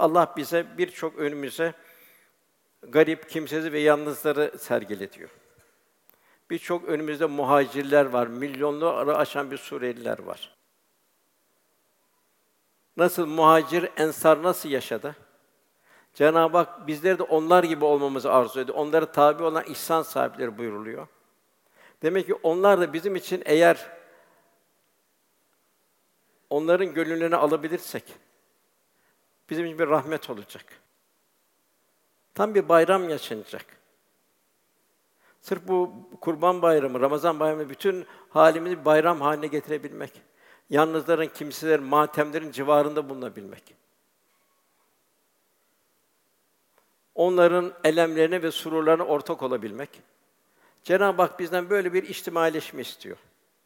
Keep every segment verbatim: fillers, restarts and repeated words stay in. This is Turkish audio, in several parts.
Allah bize birçok önümüze garip, kimsesiz ve yalnızları sergiletiyor. Birçok önümüzde muhacirler var, milyonları aşan bir Suriyeliler var. Nasıl muhacir, ensar nasıl yaşadı? Cenab-ı Hak bizleri de onlar gibi olmamızı arzu ediyor. Onlara tabi olan ihsan sahipleri buyuruluyor. Demek ki onlar da bizim için eğer onların gönüllerini alabilirsek bizim için bir rahmet olacak. Tam bir bayram yaşanacak. Sırf bu Kurban Bayramı, Ramazan Bayramı bütün halimizi bir bayram haline getirebilmek. Yalnızların, kimselerin, matemlerin civarında bulunabilmek. Onların elemlerine ve sururlarına ortak olabilmek. Cenab-ı Hak bizden böyle bir içtimaileşme istiyor.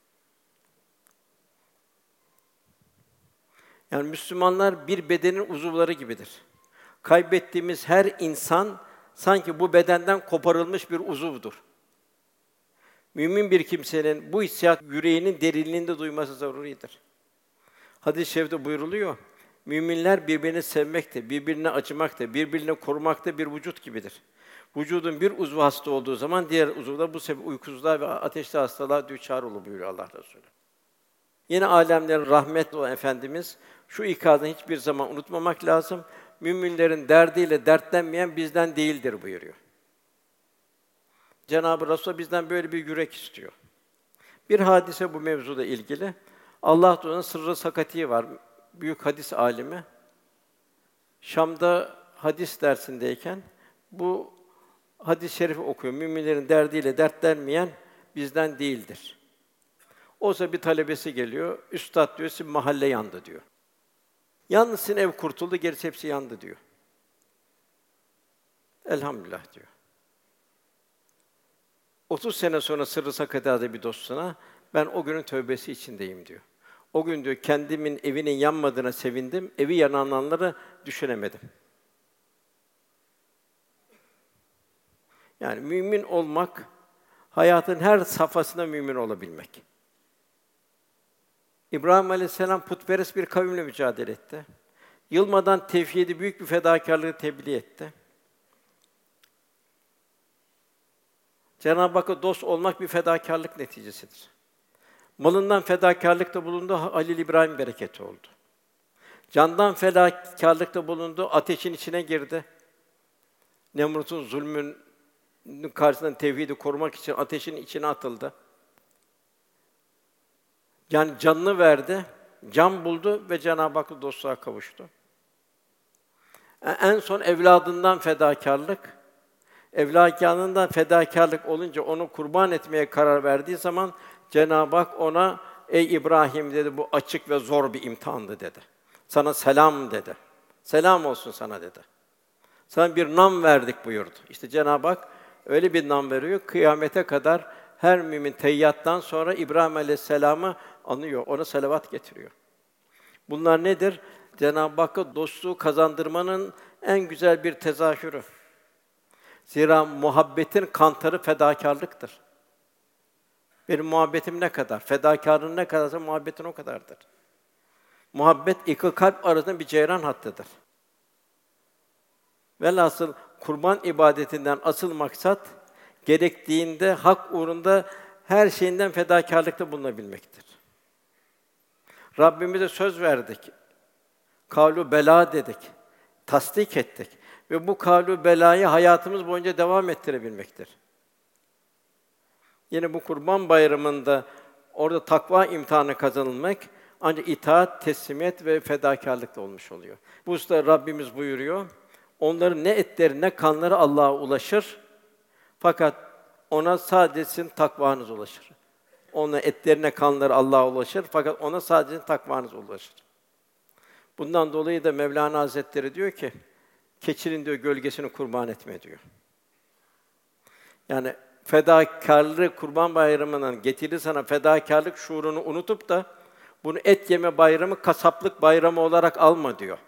Yani Müslümanlar bir bedenin uzuvları gibidir. Kaybettiğimiz her insan sanki bu bedenden koparılmış bir uzuvdur. Mümin bir kimsenin bu hissiyat yüreğinin derinliğinde duyması zaruridir. Hadis-i şerifte buyruluyor. Müminler birbirini sevmekte, birbirine acımakta, birbirine korumakta bir vücut gibidir. Vücudun bir uzvu hasta olduğu zaman diğer uzuvda bu sebep uykusuzluğa ve ateşli hastalığa düçar olur buyuruyor Allah Resulü. Yine âlemlerin rahmetli olan Efendimiz şu ikazını hiçbir zaman unutmamak lazım. Müminlerin derdiyle dertlenmeyen bizden değildir buyuruyor. Cenab-ı Resul bizden böyle bir yürek istiyor. Bir hadise bu mevzuda ilgili. Allah Teala'nın Sırrı Sakati var. Büyük hadis alimi. Şam'da hadis dersindeyken bu hadis-i şerifi okuyor. Müminlerin derdiyle dertlenmeyen bizden değildir. Oysa bir talebesi geliyor. Üstad diyor, sizin mahalle yandı diyor. Yalnız sizin ev kurtuldu, gerisi hepsi yandı diyor. Elhamdülillah diyor. otuz sene sonra Sırrı Sakati'de bir dostuna, ben o günün tövbesi içindeyim diyor. O gün diyor, kendimin evinin yanmadığına sevindim, evi yananları düşünemedim. Yani mümin olmak, hayatın her safhasında mümin olabilmek. İbrahim Aleyhisselam putperest bir kavimle mücadele etti. Yılmadan tevhîdi büyük bir fedakârlığı tebliğ etti. Cenab-ı Hakk'a dost olmak bir fedakârlık neticesidir. Malından fedakârlıkta bulundu, Halil İbrahim bereketi oldu. Candan fedakârlıkta bulundu, ateşin içine girdi. Nemrut'un zulmünün karşısında tevhîdi korumak için ateşin içine atıldı. Yani canını verdi, can buldu ve Cenab-ı Hakk'la dostluğa kavuştu. En son evladından fedakârlık, evladından fedakârlık olunca onu kurban etmeye karar verdiği zaman Cenab-ı Hak ona, ey İbrahim dedi, bu açık ve zor bir imtihandı dedi. Sana selam dedi. Selam olsun sana dedi. Sana bir nam verdik buyurdu. İşte Cenab-ı Hak öyle bir nam veriyor, kıyamete kadar her mümin teyyattan sonra İbrahim Aleyhisselam'ı anıyor, ona salavat getiriyor. Bunlar nedir? Cenab-ı Hakk'a dostluğu kazandırmanın en güzel bir tezahürü. Zira muhabbetin kantarı fedakârlıktır. Benim muhabbetim ne kadar, fedakârlığın ne kadarsa muhabbetin o kadardır. Muhabbet iki kalp arasında bir ceyran hattıdır. Velhasıl kurban ibadetinden asıl maksat gerektiğinde hak uğrunda her şeyinden fedakârlıkta bulunabilmektir. Rabbimize söz verdik. Kâlû belâ dedik. Tasdik ettik ve bu kâlû belayı hayatımız boyunca devam ettirebilmektir. Yine bu Kurban Bayramı'nda orada takva imtihanı kazanılmak ancak itaat, teslimiyet ve fedakârlıkla olmuş oluyor. Bu hususta Rabbimiz buyuruyor. Onların ne etleri ne kanları Allah'a ulaşır. Fakat ona sadece sizin takvanız ulaşır. Ona etlerine kanları Allah'a ulaşır fakat ona sadece takvanız ulaşır. Bundan dolayı da Mevlana Hazretleri diyor ki, keçinin diyor gölgesini kurban etme diyor. Yani fedakârlığı Kurban Bayramı'nın getirdiği sana fedakârlık şuurunu unutup da bunu et yeme bayramı, kasaplık bayramı olarak alma diyor.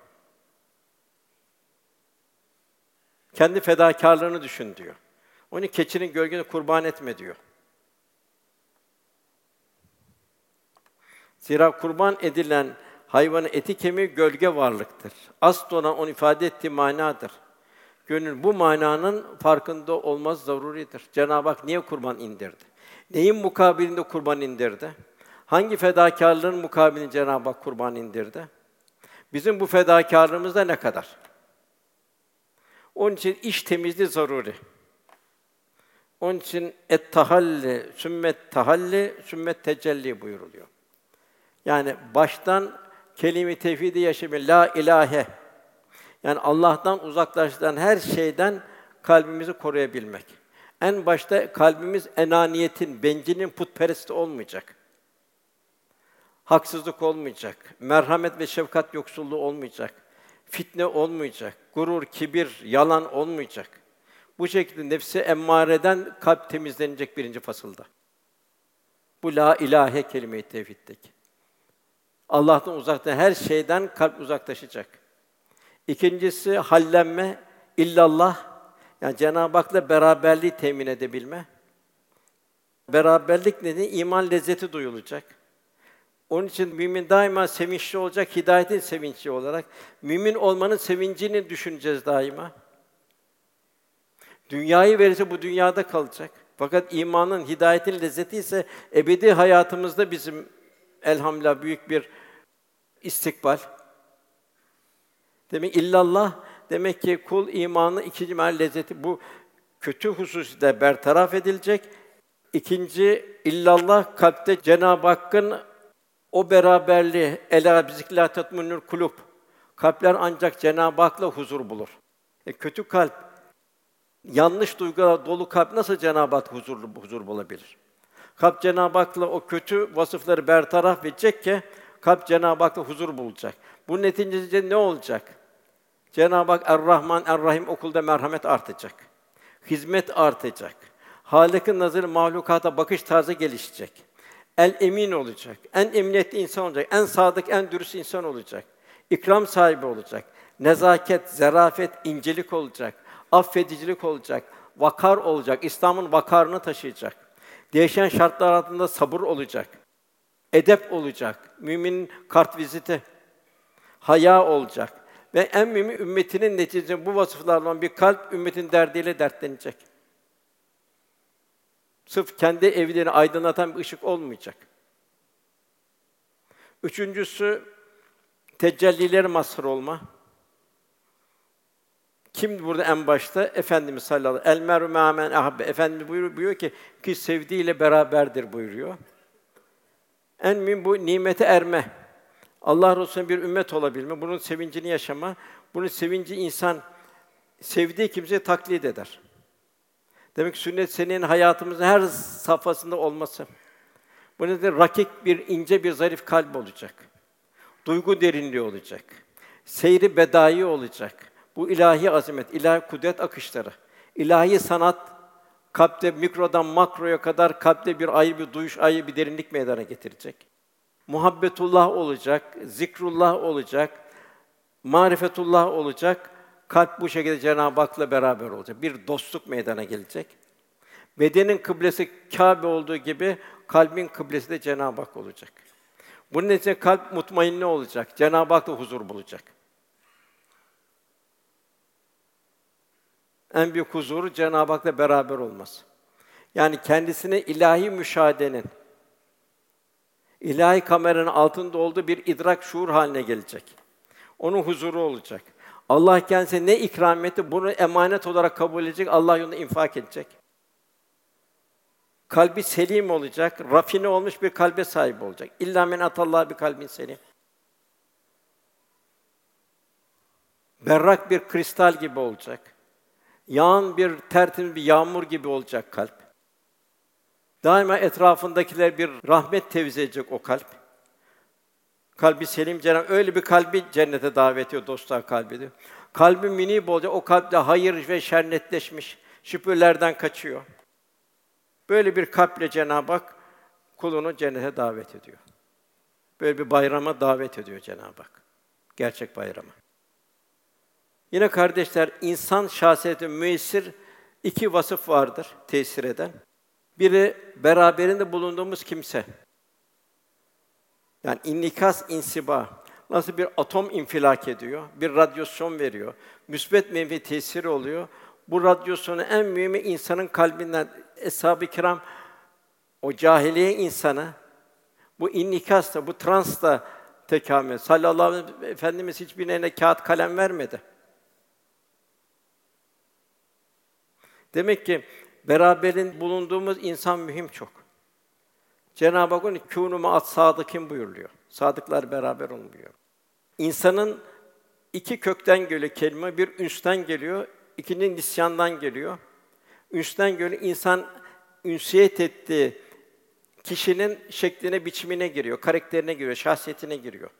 Kendi fedakârlığını düşün diyor. Onu keçinin gölgesine kurban etme diyor. Zira kurban edilen Hayvanın eti kemiği gölge varlıktır. Asıl olan onu ifade ettiği manadır. Gönül bu mananın farkında olmaz zaruridir. Cenab-ı Hak niye kurban indirdi? Neyin mukabilinde kurban indirdi? Hangi fedakârlığın mukabilinde Cenab-ı Hak kurban indirdi? Bizim bu fedakârlığımızda ne kadar? Onun için iş temizliği zaruri. Onun için et-tahalli, sümmet tahalli, sümmet tecelli buyuruluyor. Yani baştan kelime-i tevhidi yaşamayı, la ilahe. Yani Allah'tan uzaklaştıran her şeyden kalbimizi koruyabilmek. En başta kalbimiz enaniyetin, bencilin, putperest olmayacak. Haksızlık olmayacak, merhamet ve şefkat yoksulluğu olmayacak, fitne olmayacak, gurur, kibir, yalan olmayacak. Bu şekilde nefsi emmareden kalp temizlenecek birinci fasılda. Bu la ilahe kelime-i tevhiddeki. Allah'tan uzaktan her şeyden kalp uzaklaşacak. İkincisi hallenme, illallah. Yani Cenab-ı Hak'la beraberliği temin edebilme. Beraberlik nedeni iman lezzeti duyulacak. Onun için mümin daima sevinçli olacak, hidayetin sevinçli olarak. Mümin olmanın sevincini düşüneceğiz daima. Dünyayı verirse bu dünyada kalacak. Fakat imanın, hidayetin lezzeti ise ebedi hayatımızda bizim elhamdülillah büyük bir istikbal. Demek illallah demek ki kul imanı ikinci merhale lezzeti bu kötü hususda bertaraf edilecek. İkinci illallah kalpte Cenab-ı Hakk'ın o beraberliği elâ bizikrillah tatma'innul kulûb. Kalpler ancak Cenab-ı Hak'la huzur bulur. E, kötü kalp, yanlış duygular dolu kalp nasıl Cenab-ı Hak huzurlu huzur bulabilir? Kalp Cenab-ı Hak'la o kötü vasıfları bertaraf edecek ki kalp Cenab-ı Hak'la huzur bulacak. Bu neticede ne olacak? Cenab-ı Hak Er-Rahman, Er-Rahim okulda merhamet artacak. Hizmet artacak. Hâlik-i nazır mahlukata bakış tarzı gelişecek. El-emin olacak. En emniyetli insan olacak. En sadık, en dürüst insan olacak. İkram sahibi olacak. Nezaket, zarafet, incelik olacak. Affedicilik olacak. Vakar olacak. İslam'ın vakarını taşıyacak. Değişen şartlar altında sabır olacak. Edep olacak. Müminin kartviziti, haya olacak. Ve en mühimi ümmetinin neticesinde bu vasıflarla olan bir kalp ümmetin derdiyle dertlenecek. Sırf kendi evlerini aydınlatan bir ışık olmayacak. Üçüncüsü tecelliler mazhar olma. Kim burada en başta? Efendimiz sallallahu aleyhi ve sellem. El meru me'a men ahabbe. Efendimiz buyuruyor, buyuruyor ki ki sevdiğiyle beraberdir buyuruyor. En mühim bu nimete erme. Allah Resulü'nün bir ümmet olabilme, bunun sevincini yaşama. Bunun sevinci insan sevdiği kimseyi taklit eder. Demek ki sünnet seniyyenin hayatımızın her safhasında olması. Bu nedenle rakik bir, ince bir zarif kalp olacak. Duygu derinliği olacak. Seyri bedai olacak. Bu ilahi azamet, ilahi kudret akışları. İlahi sanat kalpte mikrodan makroya kadar kalpte bir ayrı bir duyuş, ayrı bir derinlik meydana getirecek. Muhabbetullah olacak, zikrullah olacak, marifetullah olacak. Kalp bu şekilde Cenab-ı Hak'la beraber olacak. Bir dostluk meydana gelecek. Bedenin kıblesi Kâbe olduğu gibi kalbin kıblesi de Cenab-ı Hak olacak. Bunun için kalp mutmainne olacak. Cenab-ı Hak'la huzur bulacak. En büyük huzuru Cenab-ı Hak'la beraber olması. Yani kendisine ilahi müşahedenin, ilahi kameranın altında olduğu bir idrak şuur haline gelecek. Onun huzuru olacak. Allah kendisine ne ikram etti, bunu emanet olarak kabul edecek, Allah yolunda infak edecek. Kalbi selim olacak, rafine olmuş bir kalbe sahip olacak. İllâ men atallah bi kalbin selim. Berrak bir kristal gibi olacak. Yağan bir tertemiz bir yağmur gibi olacak kalp. Daima etrafındakiler bir rahmet tevzi edecek o kalp. Kalbi selim Cenab-ı öyle bir kalbi cennete davet ediyor, dostlar kalbi diyor. Kalbi münib olacak, o kalpte hayır ve şer netleşmiş, şüphelerden kaçıyor. Böyle bir kalple Cenab-ı Hak kulunu cennete davet ediyor. Böyle bir bayrama davet ediyor Cenab-ı Hak. Gerçek bayrama. Yine kardeşler, insan şahsiyeti müessir iki vasıf vardır tesir eden. Biri beraberinde bulunduğumuz kimse. Yani innikas, insiba. nasıl bir atom infilak ediyor, bir radyasyon veriyor, müsbet menfi tesiri oluyor. Bu radyasyonun en mühimi insanın kalbinden. Eshab-ı Kiram o cahiliye insanı bu innikasla, bu transla tekamül. Sallallahu aleyhi ve sellem Efendimiz hiçbirine kağıt kalem vermedi. Demek ki beraberin bulunduğumuz insan mühim çok. Cenab-ı Hakk'ın kûnû ma'as sâdıkîn buyuruluyor. Sadıklar beraber olun buyuruyor. İnsanın iki kökten geliyor kelime. Bir ünsten geliyor, ikinci nisyandan geliyor. Ünsten geliyor, insan ünsiyet ettiği kişinin şekline, biçimine giriyor, karakterine giriyor, şahsiyetine giriyor.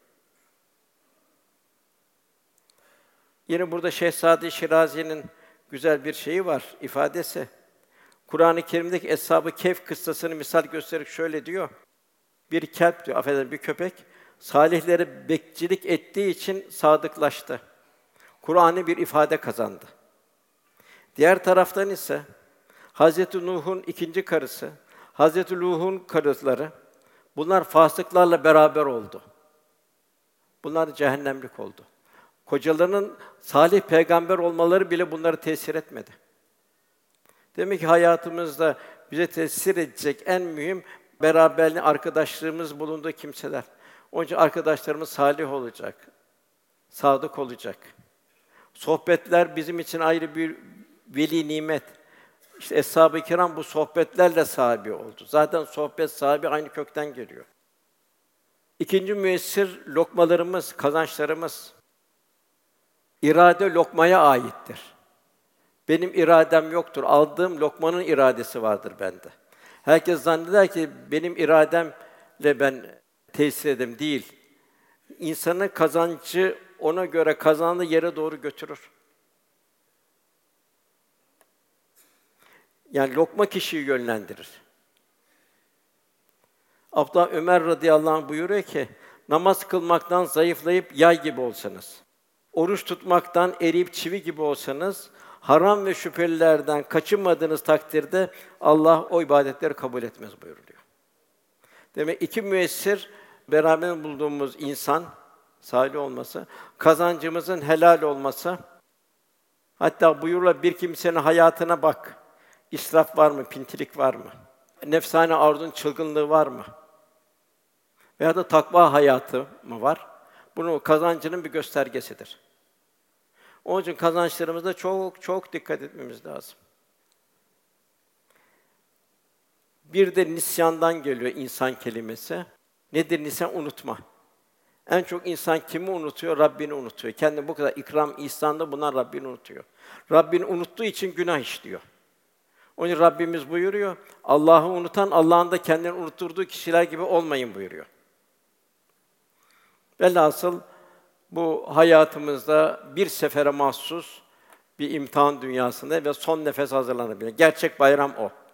Yine burada Şehzade Şirazi'nin güzel bir şeyi var, ifadesi. Kur'an-ı Kerim'deki Eshab-ı Kehf kıssasını misal göstererek şöyle diyor: Bir kelp diyor, affedersin, bir köpek salihlere bekçilik ettiği için sadıklaştı. Kur'an'ı bir ifade kazandı. Diğer taraftan ise Hazreti Nuh'un ikinci karısı, Hazreti Nuh'un karıları, bunlar fasıklarla beraber oldu. Bunlar cehennemlik oldu. Kocalarının salih peygamber olmaları bile bunları tesir etmedi. Demek ki hayatımızda bize tesir edecek en mühim beraberliğin, arkadaşlığımız bulunduğu kimseler. Onun için arkadaşlarımız salih olacak, sadık olacak. Sohbetler bizim için ayrı bir veli nimet. İşte Eshab-ı Kiram bu sohbetlerle sahibi oldu. Zaten sohbet sahibi aynı kökten geliyor. İkinci müessir lokmalarımız, kazançlarımız. İrade lokmaya aittir. Benim iradem yoktur. Aldığım lokmanın iradesi vardır bende. Herkes zanneder ki benim irademle ben tesir edeyim. Değil. İnsanın kazancı ona göre kazandığı yere doğru götürür. Yani lokma kişiyi yönlendirir. Abdullah Ömer radıyallahu anh buyuruyor ki, namaz kılmaktan zayıflayıp yay gibi olsanız, oruç tutmaktan eriyip çivi gibi olsanız, haram ve şüphelilerden kaçınmadığınız takdirde Allah o ibadetleri kabul etmez buyuruluyor. Demek iki müessir beraber bulduğumuz insan salih olması, kazancımızın helal olması. Hatta buyurula bir kimsenin hayatına bak. İsraf var mı, pintilik var mı? Nefsane arzunun çılgınlığı var mı? Veya da takva hayatı mı var? Bunun kazancının bir göstergesidir. Onun için kazançlarımızda çok çok dikkat etmemiz lazım. Bir de nisyandan geliyor insan kelimesi. Nedir nisyan? Unutma. En çok insan kimi unutuyor? Rabbini unutuyor. Kendine bu kadar ikram, ihsanda bunlar Rabbini unutuyor. Rabbini unuttuğu için günah işliyor. Onun için Rabbimiz buyuruyor, Allah'ı unutan, Allah'ın da kendini unutturduğu kişiler gibi olmayın buyuruyor. Velhasıl bu hayatımızda bir sefere mahsus bir imtihan dünyasında ve son nefes hazırlanabilir. Gerçek bayram o.